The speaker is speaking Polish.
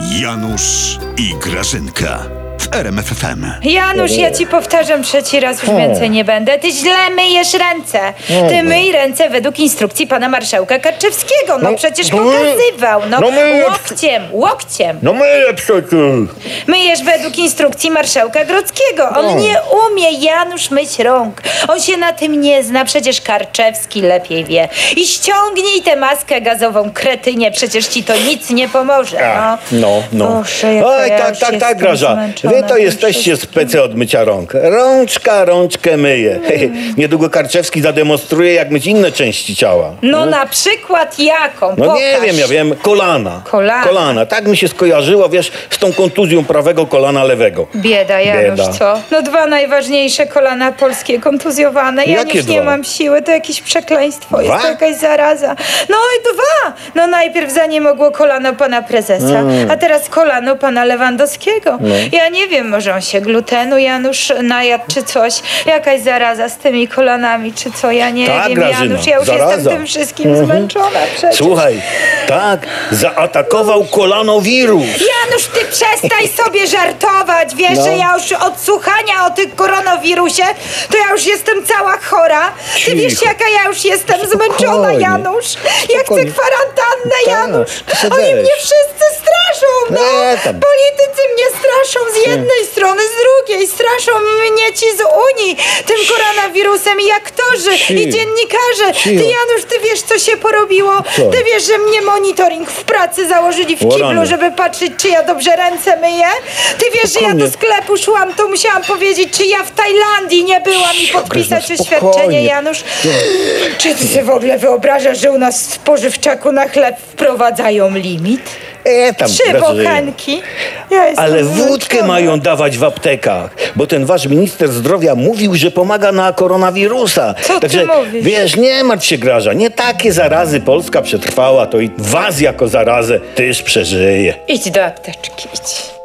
Janusz i Grażynka w RMF FM. Janusz, ja ci powtarzam trzeci raz, już więcej nie będę. Ty źle myjesz ręce. Ty myj ręce według instrukcji pana marszałka Karczewskiego. No przecież pokazywał. Łokciem. No myję przecież. Myjesz według instrukcji marszałka Grodzkiego. On nie umie, Janusz, myć rąk. On się na tym nie zna, przecież Karczewski lepiej wie. I ściągnij tę maskę gazową, kretynie, przecież ci to nic nie pomoże. No. Boże, jaka Oj, ja już tak, jestem Graża. zmęczona Wy to tym jesteście wszystkim. specy od mycia rąk. Rączkę myje. Niedługo Karczewski zademonstruje, jak myć inne części ciała. No na przykład jaką? No Pokaż. nie wiem, ja wiem, kolana. Kolana. Tak mi się skojarzyło, wiesz, z tą kontuzją prawego kolana lewego. Bieda, Janusz, Bieda. co? No dwa najważniejsze kolana polskie kontuzjowane. Ja Jakie już nie dwa? mam siły, to jakieś przekleństwo, jest Dwa? to jakaś zaraza. No i dwa! No najpierw zaniemogło kolano pana prezesa, a teraz kolano pana Lewandowskiego. Ja nie wiem, może on się glutenu, Janusz, najadł czy coś. Jakaś zaraza z tymi kolanami, czy co, ja nie Tak, wiem, Grażyna, Janusz, ja już zaraza. jestem tym wszystkim zmęczona przecież. Słuchaj, tak, zaatakował kolanowirus. Janusz, ty przestań sobie żartować. Wiesz, że ja już od słuchania o tym koronawirusie, to ja już jestem cała chora. Ty Cicho. wiesz, jaka ja już jestem zmęczona, Spokojnie. Janusz. Ja chcę Spokojnie. kwarantannę, Tak, Janusz. ty se Oni weź. mnie wszyscy straszą, no. Tam. Politycy mnie straszą z jednej strony, z drugiej. Straszą mnie ci z Unii tym koronawirusem i aktorzy, i dziennikarze. Ty, Janusz, ty wiesz, co się porobiło? Co? Ty wiesz, że mnie monitoring w pracy założyli w O kiblu, rany. żeby patrzeć, czy ja dobrze ręce myję? Ty wiesz, że ja Spokojnie. do sklepu szłam, to musiałam powiedzieć, czy ja w Tajlandii nie byłam i podpisać Grażyna, oświadczenie, spokojnie. Janusz. Czy ty sobie w ogóle wyobrażasz, że u nas w spożywczaku na chleb wprowadzają limit? Tam, 3 Grażyna. bochenki. Ja jestem Ale zmęczona. wódkę mają dawać w aptekach, bo ten wasz minister zdrowia mówił, że pomaga na koronawirusa. Co ty Także mówisz? wiesz, nie martw się, Graża, nie takie zarazy Polska przetrwała, to i was jako zarazę też przeżyje. Idź do apteczki, idź.